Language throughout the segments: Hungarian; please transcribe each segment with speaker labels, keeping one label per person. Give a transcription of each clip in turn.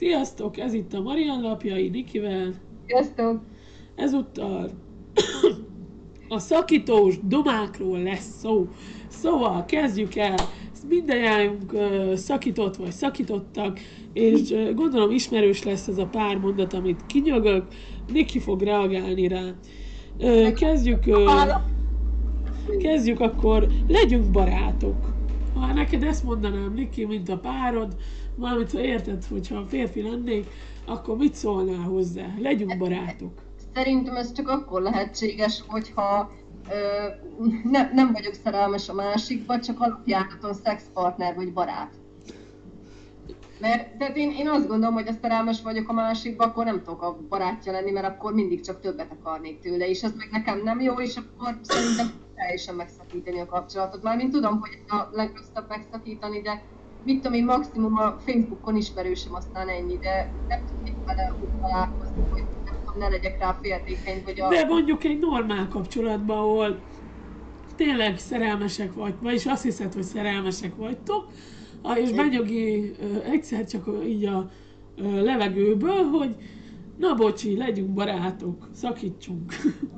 Speaker 1: Sziasztok, ez itt a Marian lapjai Nikivel.
Speaker 2: Sziasztok!
Speaker 1: Ezúttal a szakítós domákról lesz szó. Szóval kezdjük el. Mindennyiunk szakított vagy szakítottak, és gondolom ismerős lesz ez a pár mondat, amit kinyögök. Niki fog reagálni rá. Ö, kezdjük, ö, kezdjük akkor, legyünk barátok. Ha neked ezt mondanám, Niki, mint a párod, valamit, ha érted, hogyha férfi lennék, akkor mit szólnál hozzá? Legyünk barátok.
Speaker 2: Szerintem ez csak akkor lehetséges, hogyha nem vagyok szerelmes a másikba, csak alapjáraton szexpartner vagy barát. Mert tehát én azt gondolom, hogy ha szerelmes vagyok a másikba, akkor nem tudok a barátja lenni, mert akkor mindig csak többet akarnék tőle, és ez meg nekem nem jó, és akkor szerintem teljesen megszakítani a kapcsolatot. Mármint tudom, hogy ez a legrosszabb megszakítani, de mit tudom én, maximum a Facebookon ismerősöm, aztán ennyi, de nem tudnék vele úgy találkozni, hogy nem tudom, ne legyek rá féltékeny, vagy
Speaker 1: De mondjuk egy normál kapcsolatban, ahol tényleg szerelmesek vagy, vagyis azt hiszed, hogy szerelmesek vagytok, és benyögi egyszer csak így a levegőből, hogy na bocsi, legyünk barátok, szakítsunk.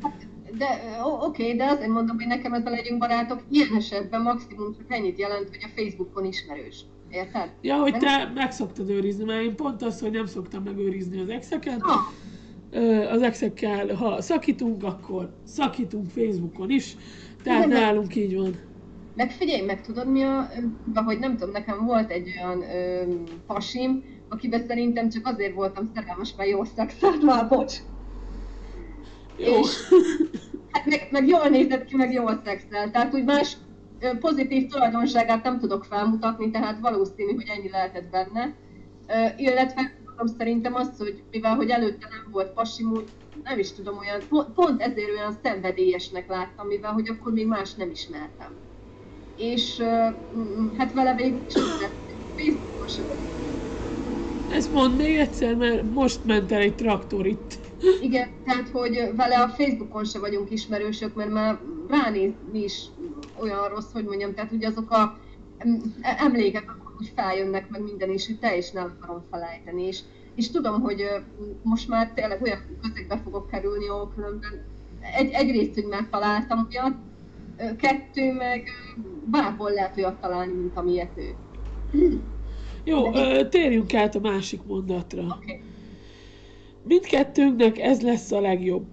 Speaker 2: Oké, de azért mondom, hogy nekem ezzel legyünk barátok, ilyen esetben maximum csak ennyit jelent, hogy a Facebookon ismerős. Érted?
Speaker 1: Ja, hogy
Speaker 2: Nem?
Speaker 1: te meg szoktad őrizni, mert én pont az, hogy nem szoktam megőrizni az exeket.
Speaker 2: Ah,
Speaker 1: Az exekkel, ha szakítunk, akkor szakítunk Facebookon is, tehát
Speaker 2: igen,
Speaker 1: nálunk így van.
Speaker 2: meg figyelj, meg tudod mi hogy nem tudom, nekem volt egy olyan pasim, akiben szerintem csak azért voltam szerelmes, mert jól szexelt, már bocs.
Speaker 1: Jó.
Speaker 2: És hát meg jól nézett ki, meg jól szexelt. Tehát úgy más pozitív tulajdonságát nem tudok felmutatni, tehát valószínű, hogy ennyi lehetett benne. Illetve szerintem az, hogy mivel hogy előtte nem volt pasim, úgy nem is tudom, olyan, pont ezért olyan szenvedélyesnek láttam, mivel hogy akkor még más nem ismertem. És hát vele végül is Facebookon sem.
Speaker 1: Ezt mondd még egyszer, mert most ment el egy traktor itt.
Speaker 2: Igen, tehát hogy vele a Facebookon se vagyunk ismerősök, mert már ránézni is olyan rossz, hogy mondjam, tehát ugye azok a emlékek akkor úgy feljönnek meg minden, és hogy teljesen el akarom felejteni. És tudom, hogy most már tényleg olyan közegbe fogok kerülni, ahol különben egyrészt, hogy megtaláltam olyat, kettő, meg bárhol lehet olyat találni, mint amilyet ő.
Speaker 1: Jó, térjünk át a másik mondatra.
Speaker 2: Okay.
Speaker 1: Mindkettőnknek ez lesz a legjobb.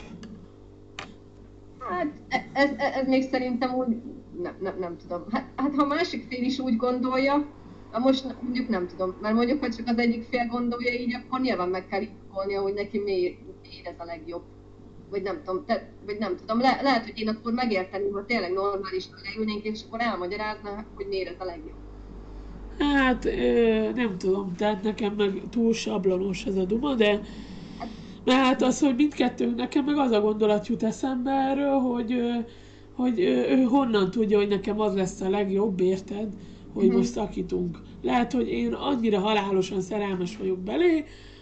Speaker 2: Hát ez még szerintem úgy, nem tudom. Hát ha a másik fél is úgy gondolja, most mondjuk nem tudom, mert mondjuk, ha csak az egyik fél gondolja így, akkor nyilván meg kell indokolnia, hogy neki miért ez a legjobb. Vagy nem tudom, vagy nem tudom. Lehet, hogy én akkor megérteném, ha tényleg normálisan leülnénk, és akkor elmagyarázna, hogy miért ez a legjobb.
Speaker 1: Hát nem tudom, tehát nekem meg túl sablonos ez a duma, de hát az, hogy mindkettőnk, nekem meg az a gondolat jut eszembe erről, hogy ő honnan tudja, hogy nekem az lesz a legjobb, érted, hogy most szakítunk. Lehet, hogy én annyira halálosan szerelmes vagyok belé,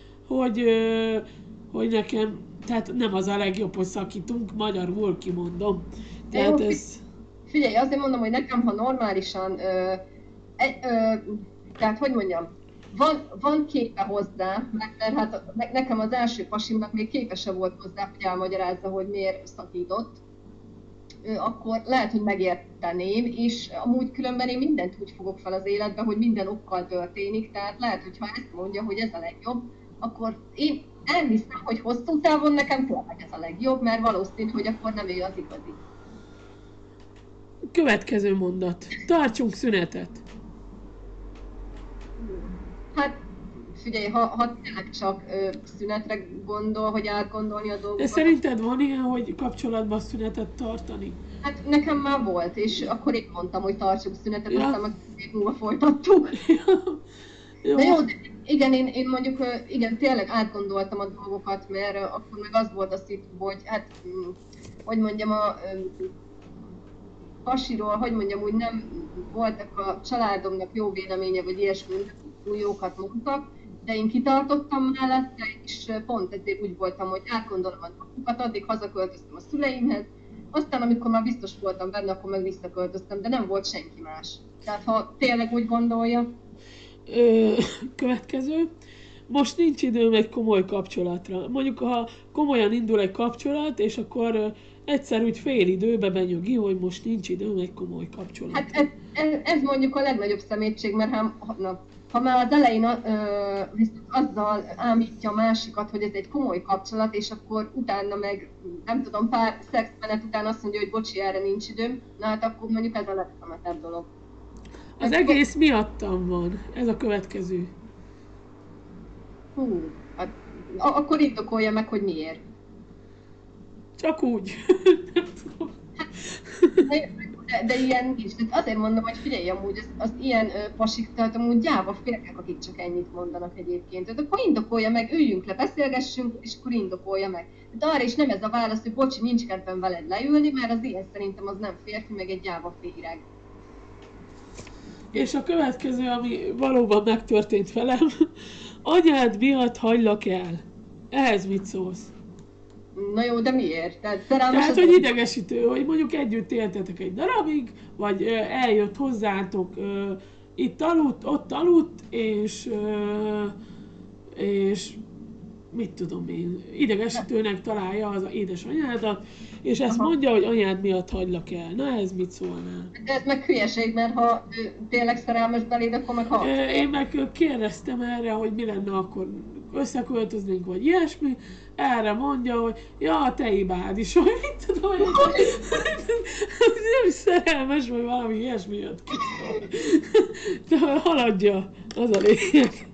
Speaker 1: hogy nekem, tehát nem az a legjobb, hogy szakítunk, magyarul kimondom. Tehát
Speaker 2: Jó,
Speaker 1: ez...
Speaker 2: figyelj, azért mondom, hogy nekem, ha normálisan, tehát hogy mondjam, van képe hozzá, mert hát nekem az első pasimnak még képe se volt hozzá, hogy elmagyarázza, hogy miért szakított, akkor lehet, hogy megérteném, és amúgy különben én mindent úgy fogok fel az életbe, hogy minden okkal történik, tehát lehet, hogy ha ezt mondja, hogy ez a legjobb, akkor én elhiszem, hogy hosszú távon nekem tényleg ez a legjobb, mert valószínű, hogy akkor nem ő az igazi.
Speaker 1: Következő mondat. Tartsunk szünetet.
Speaker 2: Hát figyelj, ha tényleg csak szünetre gondol, hogy átgondolni a
Speaker 1: De
Speaker 2: dolgokat,
Speaker 1: szerinted van ilyen, hogy kapcsolatban szünetet tartani?
Speaker 2: hát nekem már volt, és akkor én mondtam, hogy tartsuk szünetet, aztán
Speaker 1: Ja,
Speaker 2: meg 2 év múlva folytattuk.
Speaker 1: jó.
Speaker 2: De jó, de igen, én mondjuk, igen, tényleg átgondoltam a dolgokat, mert akkor meg az volt a szitu, hogy hát, hogy mondjam, a pasiról, hogy mondjam, úgy nem voltak a családomnak jó véleménye, vagy ilyesmi, túl jókat mondtak, de én kitartottam mellette, és pont ezért úgy voltam, hogy átgondolom a dolgokat, addig hazaköltöztem a szüleimhez, aztán amikor már biztos voltam benne, akkor meg visszaköltöztem, de nem volt senki más. Tehát ha tényleg úgy gondolja,
Speaker 1: Ö, következő. most nincs időm egy komoly kapcsolatra. Mondjuk, ha komolyan indul egy kapcsolat, és akkor egyszer úgy fél időbe benyögi, hogy most nincs időm egy komoly kapcsolatra.
Speaker 2: Hát ez mondjuk a legnagyobb szemétség, mert ha már az elején viszont azzal ámítja a másikat, hogy ez egy komoly kapcsolat, és akkor utána meg, nem tudom, pár szexmenet után azt mondja, hogy bocsi, erre nincs időm, na hát akkor mondjuk ez a legszemetebb dolog.
Speaker 1: Az egész miattam van, ez a következő.
Speaker 2: Hú, hát akkor indokolja meg, hogy miért.
Speaker 1: Csak úgy. Nem tudom.
Speaker 2: De ilyen nincs. Tehát azért mondom, hogy figyelj, amúgy az ilyen pasik, tehát amúgy gyáva férkek, akik csak ennyit mondanak egyébként. Tehát akkor indokolja meg, üljünk le, beszélgessünk, és akkor indokolja meg. Tehát arra is nem ez a válasz, hogy bocsi, nincs kedvem veled leülni, mert az ilyen szerintem az nem férfi, meg egy gyáva féreg.
Speaker 1: És a következő, ami valóban megtörtént velem, anyád miatt hagylak el. Ehhez mit szólsz?
Speaker 2: Na jó, de miért? Tehát,
Speaker 1: hogy idegesítő, hogy mondjuk együtt éltetek egy darabig, vagy eljött hozzátok, itt aludt, ott aludt, és mit tudom én, idegesítőnek találja az édesanyádat, és ezt mondja, hogy anyád miatt hagylak el. Na ez mit szólnál?
Speaker 2: De ez meg hülyeség, mert ha tényleg szerelmes beléd, akkor meg
Speaker 1: Én meg kérdeztem erre, hogy mi lenne akkor, összeköltöznénk, vagy ilyesmi, erre mondja, hogy ja, te hibád is, vagy mit tudom, hogy nem szerelmes, vagy valami ilyesmi jött ki. De haladja, az a lényeg.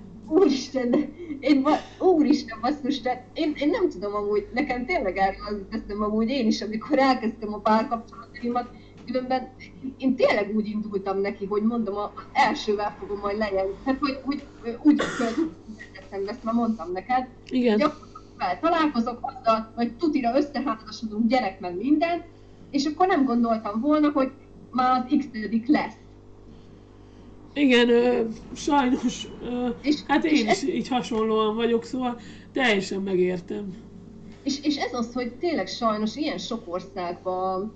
Speaker 2: Úristen, basszus, de én nem tudom amúgy, nekem tényleg erről az teszem amúgy én is, amikor elkezdtem a párkapcsolataimat, különben én tényleg úgy indultam neki, hogy mondom, az elsővel fogom majd lejjeni. Tehát, hogy úgy költöttem, ezt már mondtam neked.
Speaker 1: Igen.
Speaker 2: Gyakorlatilag találkozok azzal, hogy tutira összeházasodunk, gyerek meg minden, és akkor nem gondoltam volna, hogy már az x-ödik lesz.
Speaker 1: Igen, sajnos, hát én is így hasonlóan vagyok, szóval teljesen megértem.
Speaker 2: És ez az, hogy tényleg sajnos ilyen sok országban,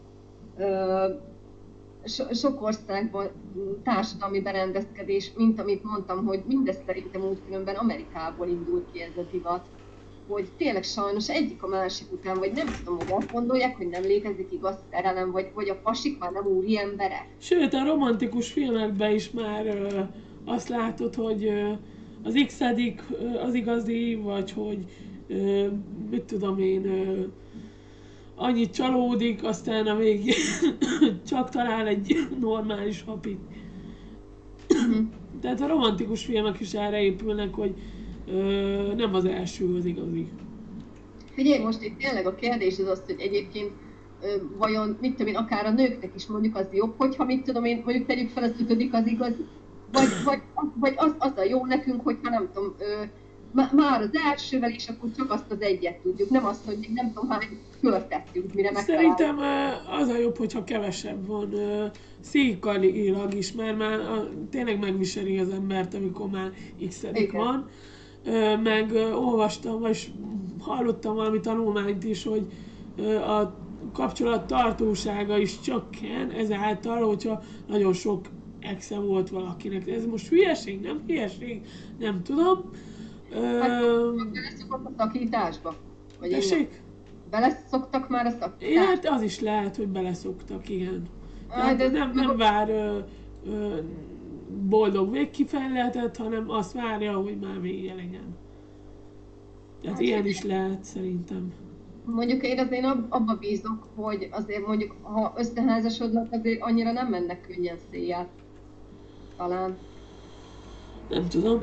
Speaker 2: társadalmi berendezkedés, mint amit mondtam, hogy mindez szerintem úgy különben Amerikából indul ki ez a divat, hogy tényleg sajnos egyik a másik után, vagy nem tudom, hogy azt gondolják, hogy nem létezik igaz szerelem, vagy a pasik már nem úri emberek.
Speaker 1: Sőt, a romantikus filmekben is már azt látod, hogy az x-edik az igazi, vagy hogy mit tudom én, annyit csalódik, aztán a végén csak talál egy normális hapit. Tehát a romantikus filmek is erre épülnek, hogy nem az első az igazi.
Speaker 2: Figyelj, most itt tényleg a kérdés az, hogy egyébként vajon, mit tudom én, akár a nőknek is mondjuk az jobb, hogyha mit tudom én, mondjuk tegyük fel az 5. az igazi, vagy az a jó nekünk, hogyha nem tudom, már az elsővel, és akkor csak azt az egyet tudjuk, nem azt, hogy nem tudom, hány kört tettünk, mire megtaláljuk.
Speaker 1: Szerintem az a jobb, hogyha kevesebb van, pszichikailag is, mert már tényleg megviseli az embert, amikor már x-edik van. Meg olvastam, vagy hallottam valami tanulmányt is, hogy a kapcsolat tartósága is csökken ezáltal, hogyha nagyon sok exe volt valakinek. Ez most hülyeség, nem hülyeség? Nem tudom.
Speaker 2: Hát beleszokott a szakításba?
Speaker 1: Tessék?
Speaker 2: Beleszoktak már a szakításba?
Speaker 1: Hát az is lehet, hogy beleszoktak, igen. Hát nem vár boldog végkifejletet, hanem azt várja, hogy már vége legyen. Tehát hát ilyen is lehet szerintem.
Speaker 2: Mondjuk én azért abba bízok, hogy azért mondjuk, ha összeházasodnak, azért annyira nem mennek könnyen széjjel. Talán.
Speaker 1: Nem tudom.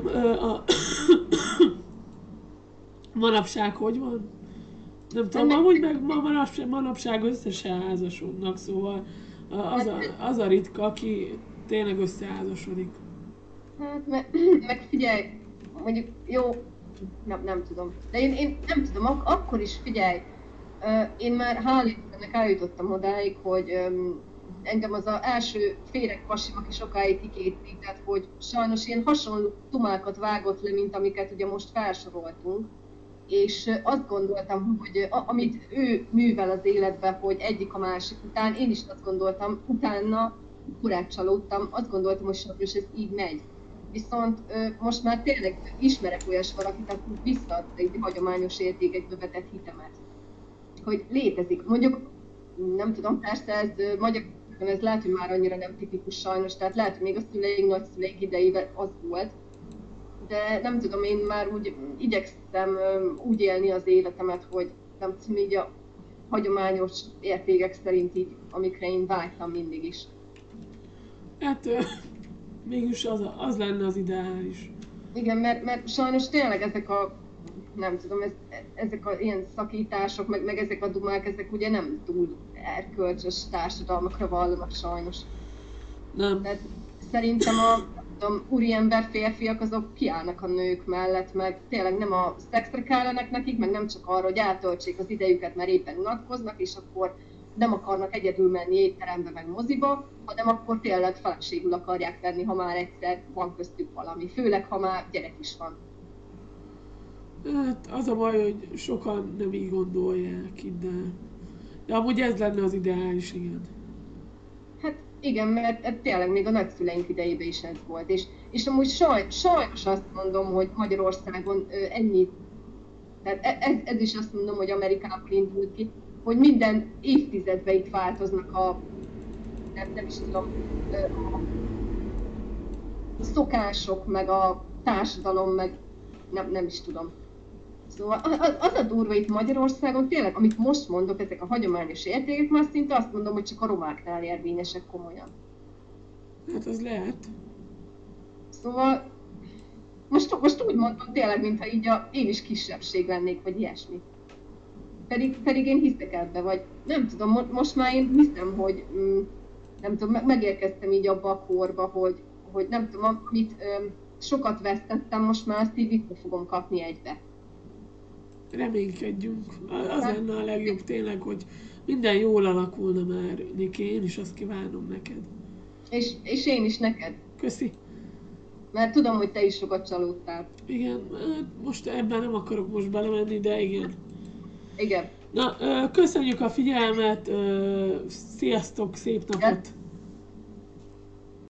Speaker 1: Manapság hogy van? Nem tudom, amúgy meg manapság össze se házasodnak, szóval az a ritka, aki tényleg összeházasodik.
Speaker 2: Hát, meg figyelj, mondjuk jó, nem tudom. De én nem tudom, akkor is figyelj, én már hál' Istennek eljutottam odáig, hogy engem az első féreg pasim, aki sokáig kikészített, hogy sajnos ilyen hasonló tumákat vágott le, mint amiket ugye most felsoroltunk. És azt gondoltam, hogy amit ő művel az életbe, hogy egyik a másik után, én is azt gondoltam, utána korán csalódtam, azt gondoltam, hogy sajnos ez így megy. Viszont most már tényleg ismerek olyas valakit, aki visszaadta egy hagyományos értékekbe vetett hitemet. Hogy létezik. Mondjuk, nem tudom, persze ez lehet, hogy már annyira nem tipikus sajnos, tehát lehet, hogy még a szüleink, nagyszüleink idejében az volt, de nem tudom, én már úgy igyekszem úgy élni az életemet, hogy nem tudom, így a hagyományos értékek szerint így, amikre én vágytam mindig is.
Speaker 1: Hát mégis az lenne az ideális.
Speaker 2: Igen, mert sajnos tényleg ezek a, nem tudom, ezek a ilyen szakítások, meg ezek a dumák, ezek ugye nem túl erkölcsös társadalmakra vallanak sajnos.
Speaker 1: Nem.
Speaker 2: Tehát szerintem nem tudom, úriember férfiak azok kiállnak a nők mellett, meg tényleg nem a szexre kellenek nekik, meg nem csak arra, hogy eltöltsék az idejüket, mert éppen unatkoznak, és akkor nem akarnak egyedül menni étterembe, meg moziba, hanem akkor tényleg feleségül akarják venni, ha már egyszer van köztük valami, főleg ha már gyerek is van.
Speaker 1: Hát az a baj, hogy sokan nem így gondolják, de amúgy ez lenne az ideális, igen.
Speaker 2: Hát igen, mert tényleg még a nagyszüleink idejében is ez volt, és amúgy sajnos azt mondom, hogy Magyarországon ennyi, tehát ez is azt mondom, hogy Amerikából indult ki, hogy minden évtizedben itt változnak nem is tudom, a szokások, meg a társadalom, meg nem is tudom. Szóval az a durva itt Magyarországon, tényleg, amit most mondok, ezek a hagyományos értékek, már szinte azt mondom, hogy csak a romáknál érvényesek komolyan.
Speaker 1: Hát az lehet.
Speaker 2: Szóval most úgy mondom tényleg, mintha így én is kisebbség lennék, vagy ilyesmi. Pedig én hiszek ebbe, vagy nem tudom, most már én hiszem, hogy nem tudom, megérkeztem így abba a korba, hogy nem tudom, amit sokat vesztettem, most már azt így vissza fogom kapni egybe.
Speaker 1: Reménykedjünk. Az lenne a legjobb tényleg, hogy minden jól alakulna már, Niki, én is azt kívánom neked.
Speaker 2: És én is neked.
Speaker 1: Köszi.
Speaker 2: Mert tudom, hogy te is sokat csalódtál.
Speaker 1: Igen, most ebben nem akarok most belemenni, de igen.
Speaker 2: Igen.
Speaker 1: Na, köszönjük a figyelmet, sziasztok, szép napot!